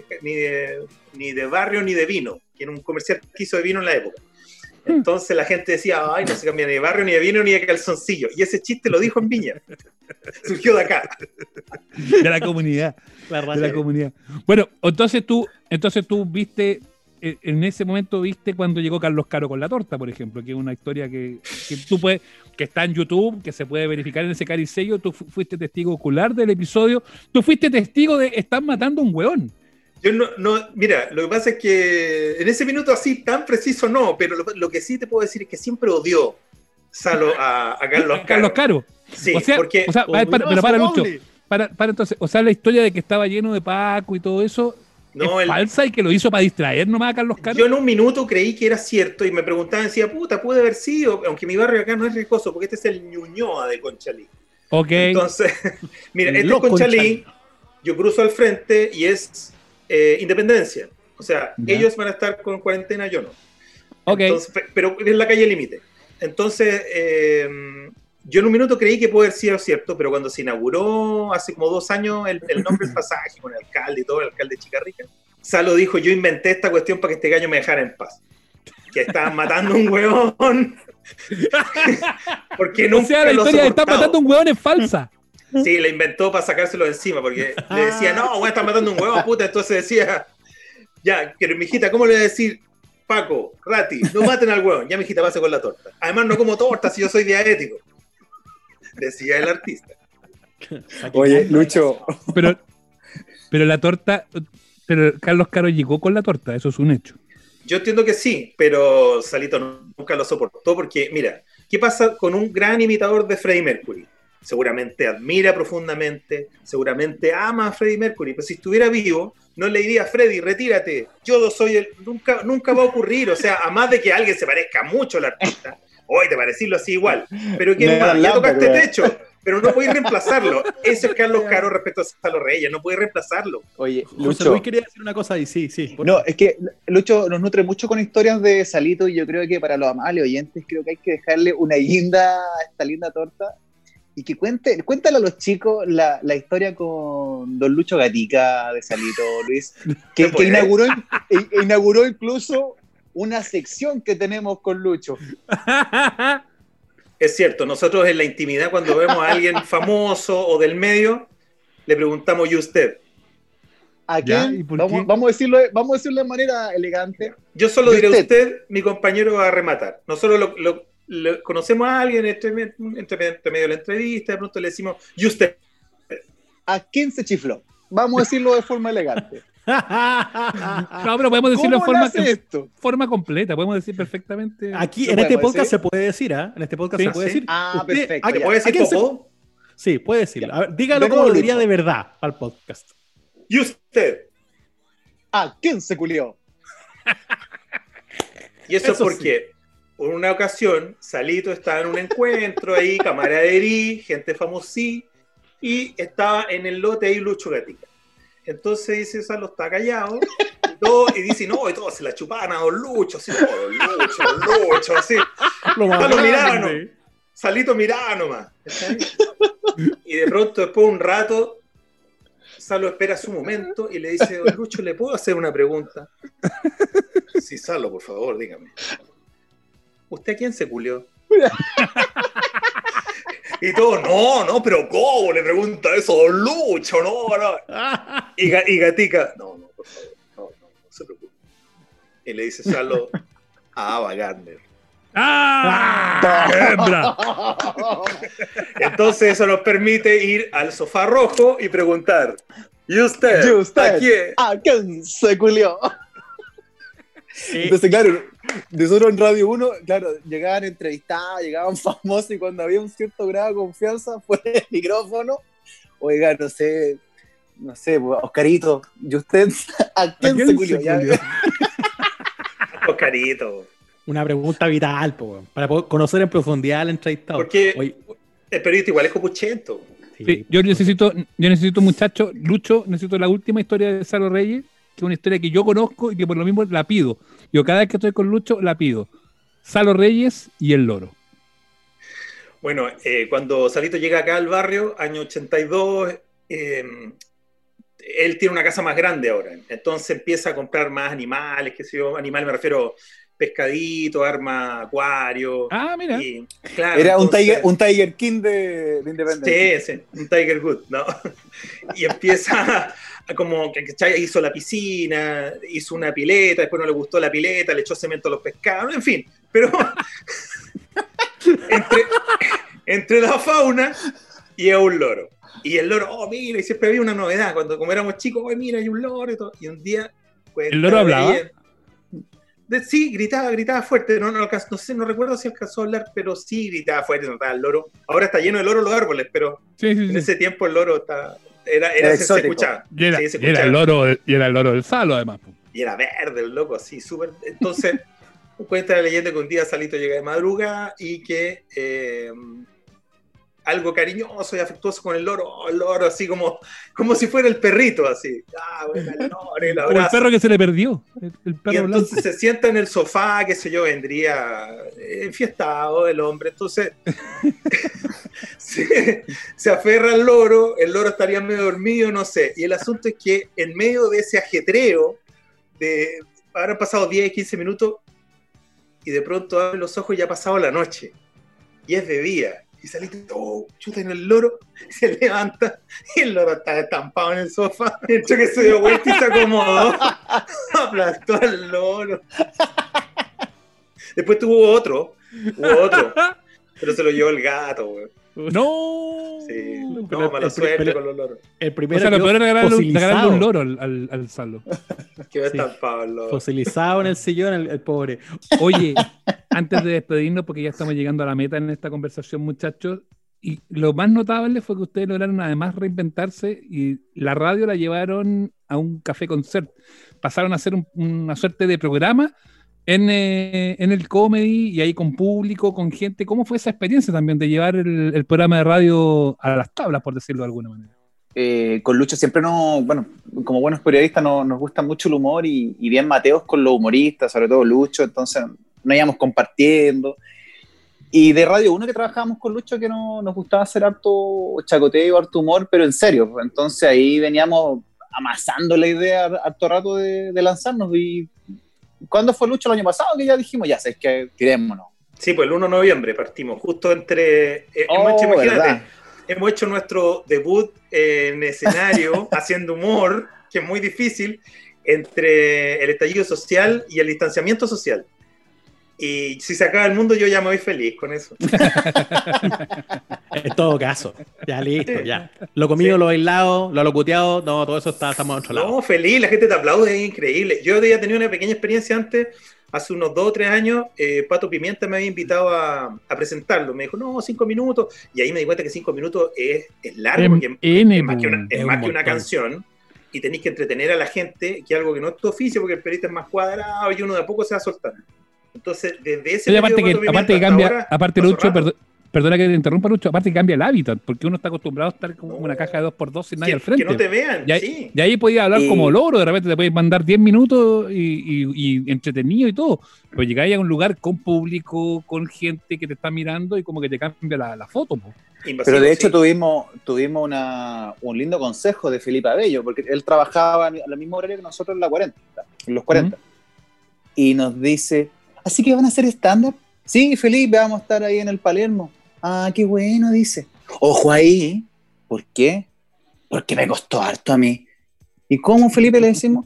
de barrio ni de vino, que era un comercial que hizo de vino en la época. Entonces la gente decía, ay, no se cambia ni de barrio, ni de vino, ni de calzoncillo. Y ese chiste lo dijo en Viña. Surgió de acá. De la comunidad. De la comunidad. Bueno, entonces tú viste, en ese momento viste cuando llegó Carlos Caro con la torta, por ejemplo, que es una historia que tú puedes, que está en YouTube, que se puede verificar en ese caricello. Tú fuiste testigo ocular del episodio. Tú fuiste testigo de están matando a un hueón. Yo no, mira, lo que pasa es que en ese minuto así tan preciso no, pero lo que sí te puedo decir es que siempre odió Salo a Carlos Caro. Carlos Caro. Sí, porque... para Lucho, para entonces, o sea, la historia de que estaba lleno de Paco y todo eso, ¿es falsa y que lo hizo para distraer nomás a Carlos Caro? Yo en un minuto creí que era cierto y me preguntaban, decía, puta, puede haber sido, aunque mi barrio acá no es riesgoso, porque este es el Ñuñoa de Conchalí. Ok. Entonces, mira, este es Conchalí, yo cruzo al frente y es Independencia. O sea, ellos van a estar con cuarentena, yo no. Ok. Entonces, pero es la calle límite. Entonces, yo en un minuto creí que puede haber sido cierto, pero cuando se inauguró hace como 2 años el nombre del pasaje, con el alcalde y todo, el alcalde de Chicarrica, Salo dijo, yo inventé esta cuestión para que este gallo me dejara en paz. Que estaban matando a un huevón. Porque nunca o sea, la historia de estar matando a un huevón es falsa. Sí, la inventó para sacárselo de encima, porque le decía, no, voy a estar matando un huevo, puta. Entonces decía, ya, pero mijita, ¿cómo le voy a decir? Paco, Rati, no maten al huevo. Ya, mijita, pase con la torta. Además, no como torta si yo soy diabético. Decía el artista. Oye, Lucho. Pero la torta, pero Carlos Caro llegó con la torta, eso es un hecho. Yo entiendo que sí, pero Salito nunca lo soportó porque, mira, ¿qué pasa con un gran imitador de Freddie Mercury? Seguramente admira profundamente, seguramente ama a Freddie Mercury, pero si estuviera vivo, no le diría, Freddie, retírate, yo soy el... Nunca va a ocurrir, o sea, a más de que alguien se parezca mucho al artista, hoy te parecirlo así igual, pero ¿qué más? Ya tocaste techo, pero no podéis reemplazarlo. Eso es Carlos Caro respecto a Salo Reyes, no podéis reemplazarlo. Oye, Lucho, Luis quería decir una cosa y sí. No, es que Lucho nos nutre mucho con historias de Salito y yo creo que para los amables oyentes creo que hay que dejarle una guinda a esta linda torta y que cuéntale a los chicos la historia con don Lucho Gatica de Salito, Luis, que inauguró incluso una sección que tenemos con Lucho. Es cierto, nosotros en la intimidad cuando vemos a alguien famoso o del medio, le preguntamos, ¿y usted? ¿A quién? Vamos a decirlo de manera elegante. Yo solo diré usted, mi compañero va a rematar. Nosotros lo conocemos a alguien entre medio de la entrevista, de pronto le decimos, ¿y usted? ¿A quién se chifló? Vamos a decirlo de forma elegante. No, pero podemos decirlo en forma completa, podemos decir perfectamente. Aquí, en este podcast se puede decir, ¿ah? En este podcast se puede decir. Ah, perfecto. ¿Puede decir todo? Sí, puede decirlo. A ver, dígalo como lo diría de verdad al podcast. ¿Y usted? ¿A quién se culió? Y eso es porque, por una ocasión, Salito estaba en un encuentro ahí, camaradería, gente famosí, y estaba en el lote ahí Lucho Gatica. Entonces dice, Salo está callado, y dice, no, y todos se la chupaban a don Lucho, así, don Lucho, así. Salo miraba, ¿no? Salito miraba nomás. Y de pronto, después de un rato, Salo espera su momento y le dice, don Lucho, ¿le puedo hacer una pregunta? Sí, Salo, por favor, dígame. ¿Usted a quién se culió? Y todos, no, pero ¿cómo le pregunta eso a don Lucho? No. Y Gatica, no, por favor, no se preocupe. Y le dice Salo a Ava Gardner. ¡Hembra! Entonces eso nos permite ir al sofá rojo y preguntar, ¿y usted? ¿A quién se culió? Sí. Entonces, claro, nosotros en Radio 1, claro, llegaban entrevistados, llegaban famosos y cuando había un cierto grado de confianza fuera del micrófono, oiga, no sé, Oscarito, ¿y usted a quién se culió? Oscarito. Una pregunta vital, para poder conocer en profundidad al entrevistado. Porque el periodista igual es copuchento. Sí, yo necesito, muchachos, Lucho, necesito la última historia de Salo Reyes, que es una historia que yo conozco y que por lo mismo la pido. Yo cada vez que estoy con Lucho la pido. Salo Reyes y el loro. Bueno, cuando Salito llega acá al barrio, año 82, él tiene una casa más grande ahora. Entonces empieza a comprar más animales, qué sé yo, animales me refiero pescadito, arma, acuario. Ah, mira. Y, claro, era entonces, un Tiger King de Independencia. Sí, un Tiger Good, ¿no? Y empieza como que hizo la piscina, hizo una pileta, después no le gustó la pileta, le echó cemento a los pescados, en fin. Pero entre la fauna y a un loro. Y el loro, oh, mira, y siempre había una novedad. Como éramos chicos, oh, mira, hay un loro y todo. Y un día... Pues, ¿el loro hablaba? Sí, gritaba fuerte. No sé, no recuerdo si alcanzó a hablar, pero sí gritaba fuerte, notaba el loro. Ahora está lleno de loro los árboles, pero sí. En ese tiempo el loro era se escuchaba. Y era el loro del Salo, además. Y era verde el loco, así, súper. Entonces, cuenta la leyenda que un día Salito llega de madrugada y que algo cariñoso y afectuoso con el loro así como si fuera el perrito, así. Bueno, el loro, el abrazo. Como el perro que se le perdió. El perro y entonces blanco. se sienta en el sofá, qué sé yo, vendría enfiestado el hombre. Entonces se aferra al loro, el loro estaría medio dormido, no sé. Y el asunto es que en medio de ese ajetreo, habrán pasado 10, 15 minutos y de pronto abre los ojos y ya ha pasado la noche. Y es de día. Y saliste, chuta, en el loro, se levanta y el loro está estampado en el sofá. El choque se dio vuelta y se acomodó, aplastó al loro. Después hubo otro, pero se lo llevó el gato, güey. ¡No! Sí, no, mala suerte con los loros. El primero, o sea, lo peor era regalarle un loro al Salo. Quedó estampado el loro. Fosilizado en el sillón, el pobre. Oye, antes de despedirnos, porque ya estamos llegando a la meta en esta conversación, muchachos, y lo más notable fue que ustedes lograron además reinventarse y la radio la llevaron a un café concert. Pasaron a hacer una suerte de programa en el comedy y ahí con público, con gente. ¿Cómo fue esa experiencia también de llevar el programa de radio a las tablas, por decirlo de alguna manera? Con Lucho siempre como buenos periodistas nos gusta mucho el humor y bien Mateos con los humoristas, sobre todo Lucho, entonces nos íbamos compartiendo. Y de Radio 1 que trabajábamos con Lucho que nos gustaba hacer harto chacoteo, harto humor, pero en serio. Entonces ahí veníamos amasando la idea harto rato de lanzarnos. Y ¿cuándo fue Lucho? El año pasado que ya dijimos, ya sabes que tirémonos. Sí, pues el 1 de noviembre partimos, justo entre... hemos hecho nuestro debut en escenario, haciendo humor, que es muy difícil, entre el estallido social y el distanciamiento social. Y si se acaba el mundo, yo ya me voy feliz con eso. En todo caso, ya listo, ya. Lo comido, lo bailado, lo locuteado, no, todo eso estamos a otro lado. No, feliz, la gente te aplaude, es increíble. Yo había tenido una pequeña experiencia antes, hace unos 2 o 3 años, Pato Pimienta me había invitado a presentarlo. Me dijo, no, 5 minutos. Y ahí me di cuenta que 5 minutos es largo, porque es más que una canción. Y tenéis que entretener a la gente, que es algo que no es tu oficio, porque el periodista es más cuadrado y uno de a poco se va a soltar. Entonces, desde ese aparte Lucho, perdona que te interrumpa, Lucho, aparte que cambia el hábitat, porque uno está acostumbrado a estar como una caja de 2x2 sin nadie al frente. Que no te vean, y ahí podías hablar como loro, de repente te podías mandar 10 minutos y entretenido y todo, pero llegáis a un lugar con público, con gente que te está mirando y como que te cambia la foto, po. Pero de hecho tuvimos un lindo consejo de Felipe Abello, porque él trabajaba a la misma horario que nosotros en los 40. Y nos dice, ¿así que van a hacer stand-up? Sí, Felipe, vamos a estar ahí en el Palermo. Ah, qué bueno, dice. Ojo ahí. ¿Por qué? Porque me costó harto a mí. ¿Y cómo, Felipe, le decimos?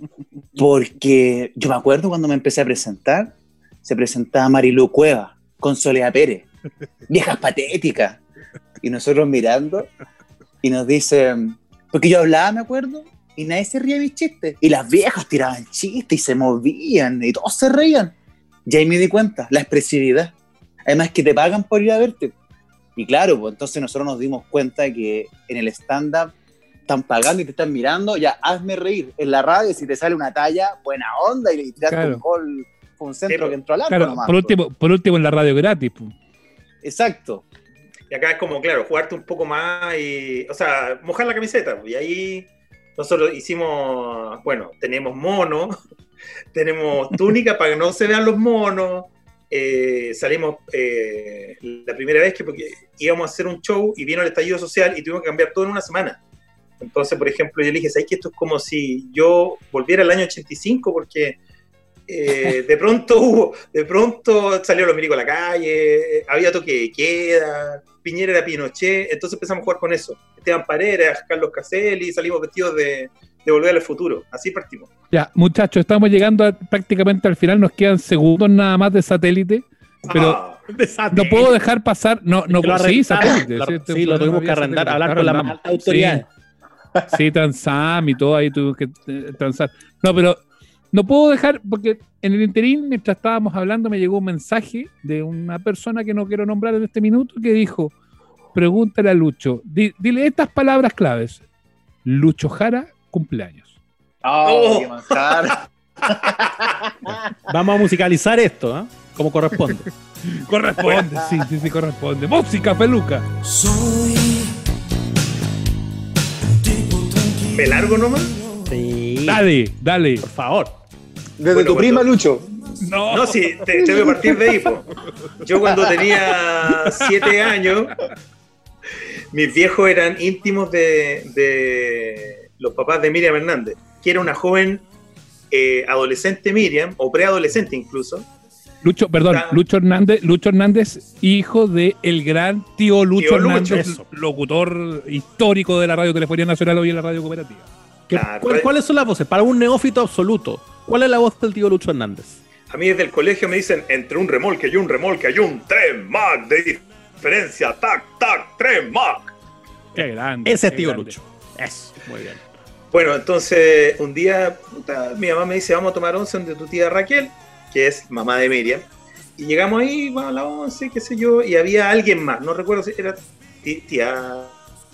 Porque yo me acuerdo cuando me empecé a presentar, se presentaba Marilu Cueva con Soledad Pérez. Viejas patéticas. Y nosotros mirando, y nos dicen, porque yo hablaba, me acuerdo, y nadie se ría de mis chistes. Y las viejas tiraban chistes y se movían, y todos se reían. Y ahí me di cuenta, la expresividad. Además que te pagan por ir a verte. Y claro, pues entonces nosotros nos dimos cuenta que en el stand-up están pagando y te están mirando, ya hazme reír. En la radio, si te sale una talla, buena onda, y le tiraste un gol, fue un centro que entró al arco nomás. Por último en la radio gratis. Pues. Exacto. Y acá es como, claro, jugarte un poco más y, o sea, mojar la camiseta. Y ahí nosotros hicimos, bueno, tenemos mono, tenemos túnica para que no se vean los monos. Salimos la primera vez porque íbamos a hacer un show y vino el estallido social y tuvimos que cambiar todo en una semana. Entonces, por ejemplo, yo le dije, ¿sabes que esto es como si yo volviera al año 85? Porque de pronto salieron los milicos a la calle, había toque de queda, Piñera era Pinochet, entonces empezamos a jugar con eso. Esteban Paredes, Carlos Caselli, salimos vestidos de Volver al Futuro, así partimos. Ya, muchachos, estamos llegando prácticamente al final, nos quedan segundos nada más de satélite, pero no puedo dejar pasar, satélite. Sí, lo tuvimos que arrendar, hablar con la más alta autoridad. Sí, Transam y todo, ahí tuvimos que transar. No, pero no puedo dejar, porque en el interín, mientras estábamos hablando, me llegó un mensaje de una persona que no quiero nombrar en este minuto, que dijo, pregúntale a Lucho, dile estas palabras claves, Lucho Jara, cumpleaños. ¡Qué manjar! Vamos a musicalizar esto, ¿eh? Como corresponde. Corresponde, sí, corresponde. Música, Feluca. ¿Me largo nomás? Sí. Dale. Por favor. Desde tu prima, Lucho. No, sí, te voy a partir de ahí. Yo cuando tenía 7 años, mis viejos eran íntimos de los papás de Miriam Hernández, que era una joven adolescente Miriam, o preadolescente incluso, Lucho Hernández, hijo de el gran tío Lucho Hernández, locutor histórico de la Radio Telefonía Nacional, hoy en la Radio Cooperativa. ¿Cuáles son las voces? Para un neófito absoluto, ¿cuál es la voz del tío Lucho Hernández? A mí desde el colegio me dicen, entre un remolque y un remolque hay un tren Mach de diferencia, tac, tac, tren Mach. Qué grande. Ese es tío Lucho. Eso, muy bien. Bueno, entonces un día mi mamá me dice, vamos a tomar once donde tu tía Raquel, que es mamá de Miriam, y llegamos ahí, bueno, a la once, qué sé yo, y había alguien más, no recuerdo si era tía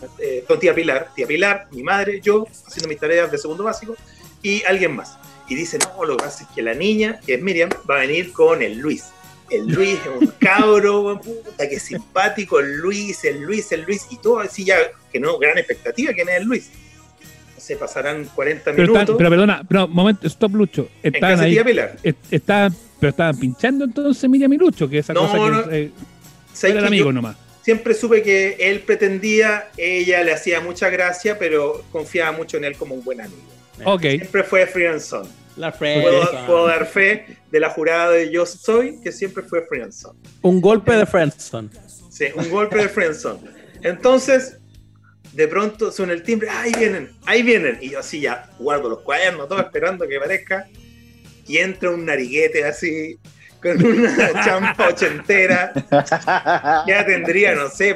Pilar, mi madre, yo, haciendo mis tareas de segundo básico, y alguien más. Y dice, no, lo que pasa es que la niña, que es Miriam, va a venir con el Luis. El Luis es un cabro, puta, que simpático, el Luis, y todo así ya, que no, gran expectativa, ¿quién es el Luis? No sé, pasarán 40 minutos. Pero perdona, momento, stop, Lucho. Estaban ahí, Pilar. Pero estaban pinchando entonces Miriam y Lucho, que esa cosa que era el amigo nomás. Siempre supe que él pretendía, ella le hacía mucha gracia, pero confiaba mucho en él como un buen amigo. Okay. Siempre fue friendzone. Puedo dar fe de la jurada de Yo Soy, que siempre fue friendzone. Un golpe de friendzone. Sí, un golpe de friendzone. Entonces, de pronto suena el timbre, ahí vienen. Y yo así ya guardo los cuadernos, todo esperando que aparezca. Y entra un nariguete así, con una champa ochentera. Ya tendría, no sé,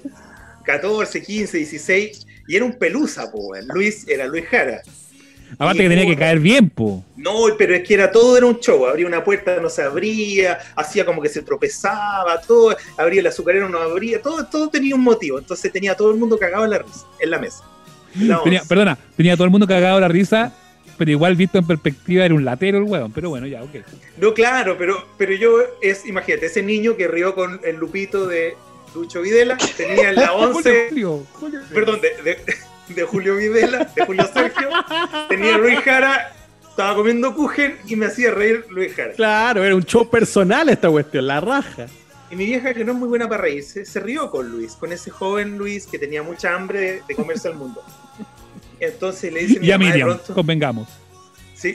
14, 15, 16. Y era un pelusa, Luis era Luis Jara. Aparte que tenía que caer bien, po. No, pero es que todo era un show. Abría una puerta, no se abría, hacía como que se tropezaba, todo, abría el azucarero, no abría, todo tenía un motivo. Entonces tenía todo el mundo cagado en la risa, en la mesa. Tenía todo el mundo cagado en la risa, pero igual visto en perspectiva era un latero el huevón, pero bueno, ya, ok. No, claro, pero yo, imagínate, ese niño que rió con el Lupito de Lucho Videla, tenía en la 11, perdón, de Julio Videla, de Julio Sergio, tenía Luis Jara, estaba comiendo kuchen y me hacía reír Luis Jara. Claro, era un show personal esta cuestión, la raja. Y mi vieja, que no es muy buena para reírse, se rió con Luis, con ese joven Luis que tenía mucha hambre de comerse al mundo. Entonces le dice y a Miriam, convengamos. Sí,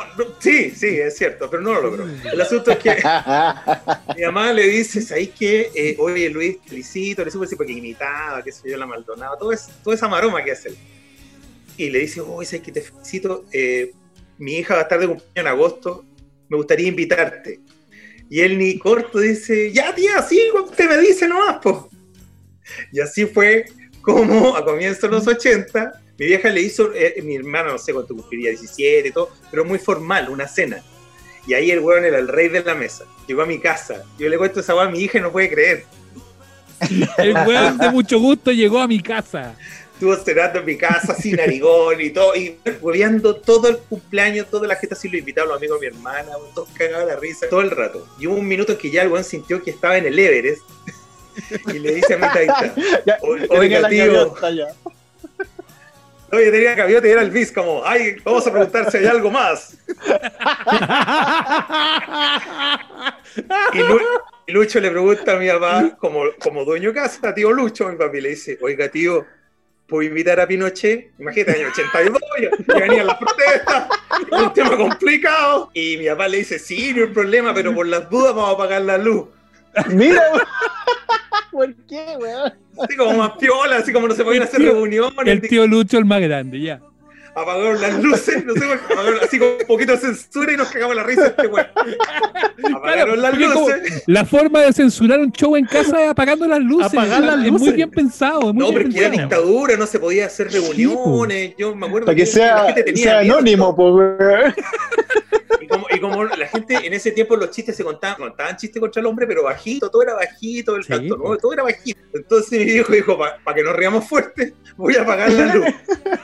es cierto, pero no lo logró. El asunto es que mi mamá le dice, ¿sabes qué? Oye, Luis, te felicito, le supe decir porque imitaba, qué sé yo, la Maldonado, toda esa maroma que hace él. Y le dice, oye, ¿sabes qué? Te felicito, mi hija va a estar de cumpleaños en agosto, me gustaría invitarte. Y él ni corto dice, ya tía, sí, usted me dice nomás, po. Y así fue como a comienzos de los 80, mi vieja le hizo, mi hermana no sé cuánto cumpliría, 17 y todo, pero muy formal, una cena. Y ahí el huevón era el rey de la mesa. Llegó a mi casa. Yo le cuento esa hueá a mi hija y no puede creer. El huevón de mucho gusto llegó a mi casa. Estuvo cenando en mi casa, sin narigón y todo, y hueveando todo el cumpleaños, toda la gente así lo invitaba a los amigos de mi hermana, todos cagados de la risa, todo el rato. Y hubo un minuto en que ya el huevón sintió que estaba en el Everest y le dice a mi taita, oiga tío, oye, tenía gaviota y era el bis, como, ay, vamos a preguntar si hay algo más. Y Lucho le pregunta a mi papá, como dueño de casa, tío Lucho, mi papi le dice, oiga tío, ¿puedo invitar a Pinochet? Imagínate, año 82, ya venían las protestas, un tema complicado. Y mi papá le dice, sí, no hay problema, pero por las dudas vamos a apagar la luz. Mira, ¿por qué, weón? Así como más piola, así como no se podían hacer reuniones. El tío Lucho, el más grande, ya. Apagaron las luces, no sé, apagaron así con un poquito de censura y nos cagamos la risa este weón. Apagaron las luces. La forma de censurar un show en casa es apagando las luces. Apagar las luces. Es muy bien pensado. No, pero era dictadura, no se podía hacer reuniones. Sí, yo me acuerdo para que sea anónimo, pues. Y como la gente en ese tiempo los chistes se contaban chistes contra el hombre, pero bajito, todo era bajito, el canto nuevo, todo era bajito. Entonces mi viejo dijo, para que nos riamos fuerte, voy a apagar la luz.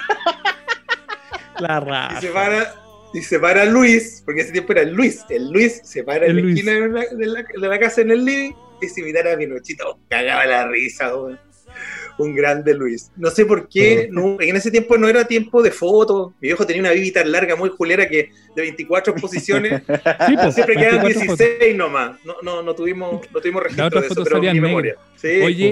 La raza. Y se para Luis, porque ese tiempo era el Luis se para en la esquina de la casa en el living y se invitara a Pinochito, cagaba la risa, un grande Luis. No sé por qué, en ese tiempo no era tiempo de fotos. Mi viejo tenía una bibi tan larga, muy culera, que de 24 posiciones, sí, pues, siempre quedan 16 fotos nomás. No tuvimos registro de eso, pero en mi memoria. Sí. Oye,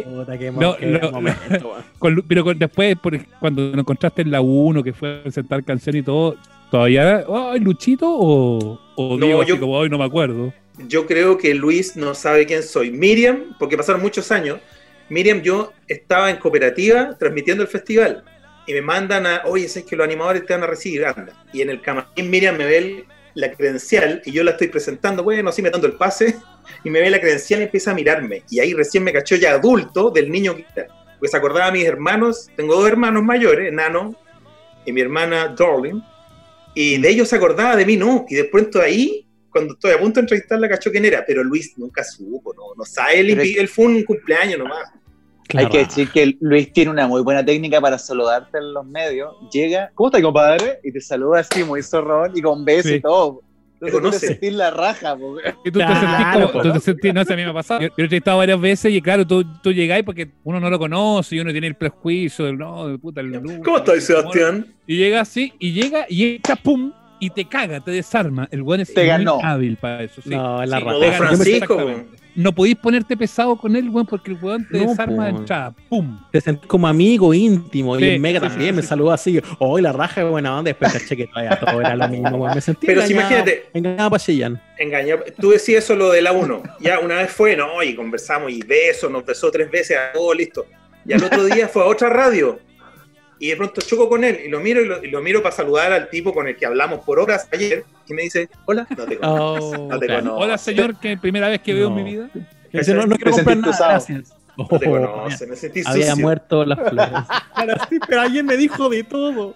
pero después, cuando nos encontraste en la 1, que fue a presentar canción y todo, ¿todavía Luchito o no, digo así como hoy no me acuerdo? yo creo que Luis no sabe quién soy. Miriam, porque pasaron muchos años. Miriam, yo estaba en cooperativa transmitiendo el festival y me mandan oye, ¿sabes que los animadores te van a recibir? Anda. Y en el camarín Miriam me ve la credencial y yo la estoy presentando, bueno, así me dando el pase y me ve la credencial y empieza a mirarme. Y ahí recién me cachó ya adulto del niño que era. Porque se acordaba a mis hermanos, tengo 2 hermanos mayores, Nano y mi hermana Darling, y de ellos se acordaba, de mí no. Y de pronto ahí, cuando estoy a punto de entrevistarla, cachó quién era, pero Luis nunca supo, no sabe, él fue un cumpleaños nomás. Claro. Hay que decir que Luis tiene una muy buena técnica para saludarte en los medios. Llega, ¿cómo estás, compadre? Y te saluda así, muy zorrón, y con besos y todo. Entonces te sentís la raja, porque... Y tú te sentís, no sé, a mí me ha pasado. Yo he entrevistado varias veces y claro, tú llegás porque uno no lo conoce y uno tiene el prejuicio de puta, el Luis. ¿Cómo estás, Sebastián? Y llega así, y echa pum, y te caga, te desarma. El weón es muy hábil para eso. Sí. No, es la raja. Francisco, no podéis ponerte pesado con él, weón, porque el weón te desarma de entrada. ¡Pum! Te sentís como amigo íntimo. Sí, y el Mega también me saludó así. La raja de buena onda. Después caché que todavía todo era lo mismo, weón. Me sentí pero engañado, si imagínate. Engañado para Chillán. Tú decías eso lo de la 1. Ya una vez fue, y conversamos y nos besó 3 veces, todo listo. Y al otro día fue a otra radio. Y de pronto choco con él y lo miro para saludar al tipo con el que hablamos por horas ayer y me dice, hola, no te conozco. Hola, señor, que primera vez que veo en mi vida. No quiero comprar nada, gracias. No te conoce, me sentí sucio. Había muerto las flores. Pero alguien me dijo de todo.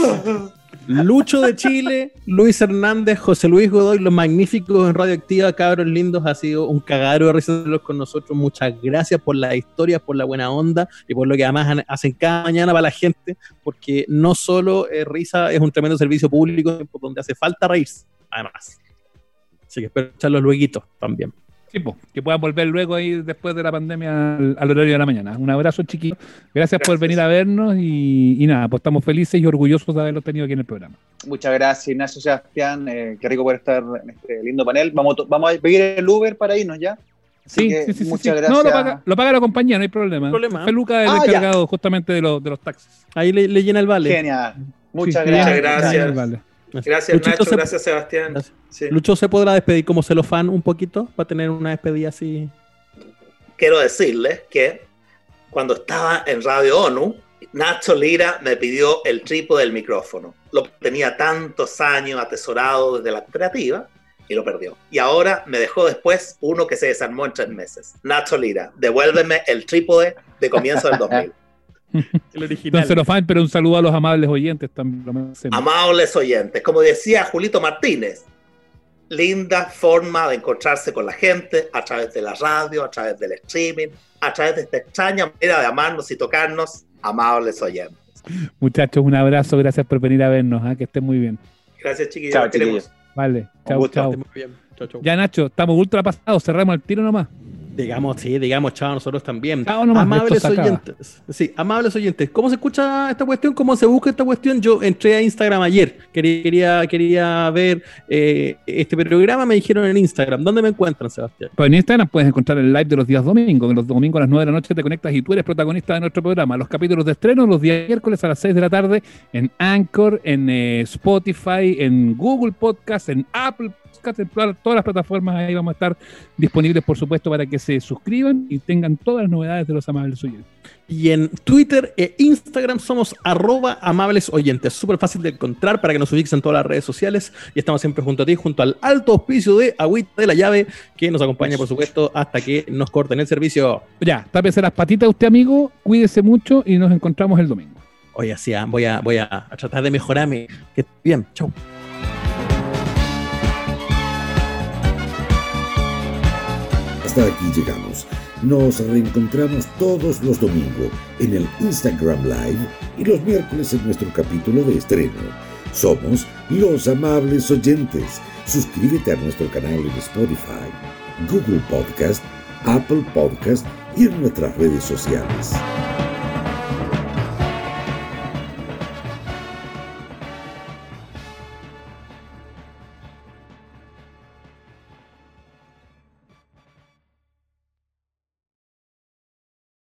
Lucho de Chile, Luis Hernández, José Luis Godoy, los magníficos en Radioactiva, cabros lindos, ha sido un cagadero de recibirlos con nosotros. Muchas gracias por las historias, por la buena onda y por lo que además hacen cada mañana para la gente, porque no solo risa, es un tremendo servicio público donde hace falta reírse, además. Así que espero echarlos lueguitos también. Sí, que puedan volver luego ahí después de la pandemia al horario de la mañana. Un abrazo, chiquillos. Gracias por venir a vernos y nada, pues estamos felices y orgullosos de haberlos tenido aquí en el programa. Muchas gracias, Ignacio, Sebastián. Qué rico poder estar en este lindo panel. Vamos a pedir el Uber para irnos ya. Sí. Muchas gracias. No, lo paga la compañía, no hay problema. Feluca es el encargado justamente de los taxis. Ahí le llena el vale. Genial. Muchas gracias. Gracias, Luchito, Nacho, gracias, Sebastián. Gracias. Sí. Lucho, ¿se podrá despedir como celofán un poquito? Para tener una despedida así. Quiero decirles que cuando estaba en Radio ONU, Nacho Lira me pidió el trípode del micrófono. Lo tenía tantos años atesorado desde la cooperativa y lo perdió. Y ahora me dejó después uno que se desarmó en 3 meses. Nacho Lira, devuélveme el trípode de comienzo del 2000. El original. Celofán, pero un saludo a los amables oyentes también. Amables oyentes, como decía Julito Martínez, linda forma de encontrarse con la gente a través de la radio, a través del streaming, a través de esta extraña manera de amarnos y tocarnos, amables oyentes. Muchachos, un abrazo, gracias por venir a vernos, que estén muy bien. Gracias, chiquillos. Chao, chiquillos. Vale, chao. Ya, Nacho, estamos ultra pasados, cerramos el tiro nomás. Digamos, chao, nosotros también. Chao nomás, amables oyentes. Sí, amables oyentes. ¿Cómo se escucha esta cuestión? ¿Cómo se busca esta cuestión? Yo entré a Instagram ayer. Quería ver este programa, me dijeron en Instagram. ¿Dónde me encuentran, Sebastián? Pues en Instagram puedes encontrar el live de los días domingos. Que los domingos a las 9 de la noche te conectas y tú eres protagonista de nuestro programa. Los capítulos de estreno los días miércoles a las 6 de la tarde en Anchor, en Spotify, en Google Podcast, en Apple Podcast, en todas las plataformas. Ahí vamos a estar disponibles, por supuesto, para que se suscriban y tengan todas las novedades de los amables oyentes. Y en Twitter e Instagram somos @amablesoyentes. Súper fácil de encontrar para que nos ubiques en todas las redes sociales. Y estamos siempre junto a ti, junto al alto auspicio de Agüita de la Llave, que nos acompaña, por supuesto, hasta que nos corten el servicio. Ya, tápese las patitas usted, amigo. Cuídese mucho y nos encontramos el domingo. Oye, así, voy a tratar de mejorarme. Que esté bien, chau. Hasta aquí llegamos. Nos reencontramos todos los domingos en el Instagram Live y los miércoles en nuestro capítulo de estreno. Somos Los Amables Oyentes. Suscríbete a nuestro canal en Spotify, Google Podcast, Apple Podcast y en nuestras redes sociales.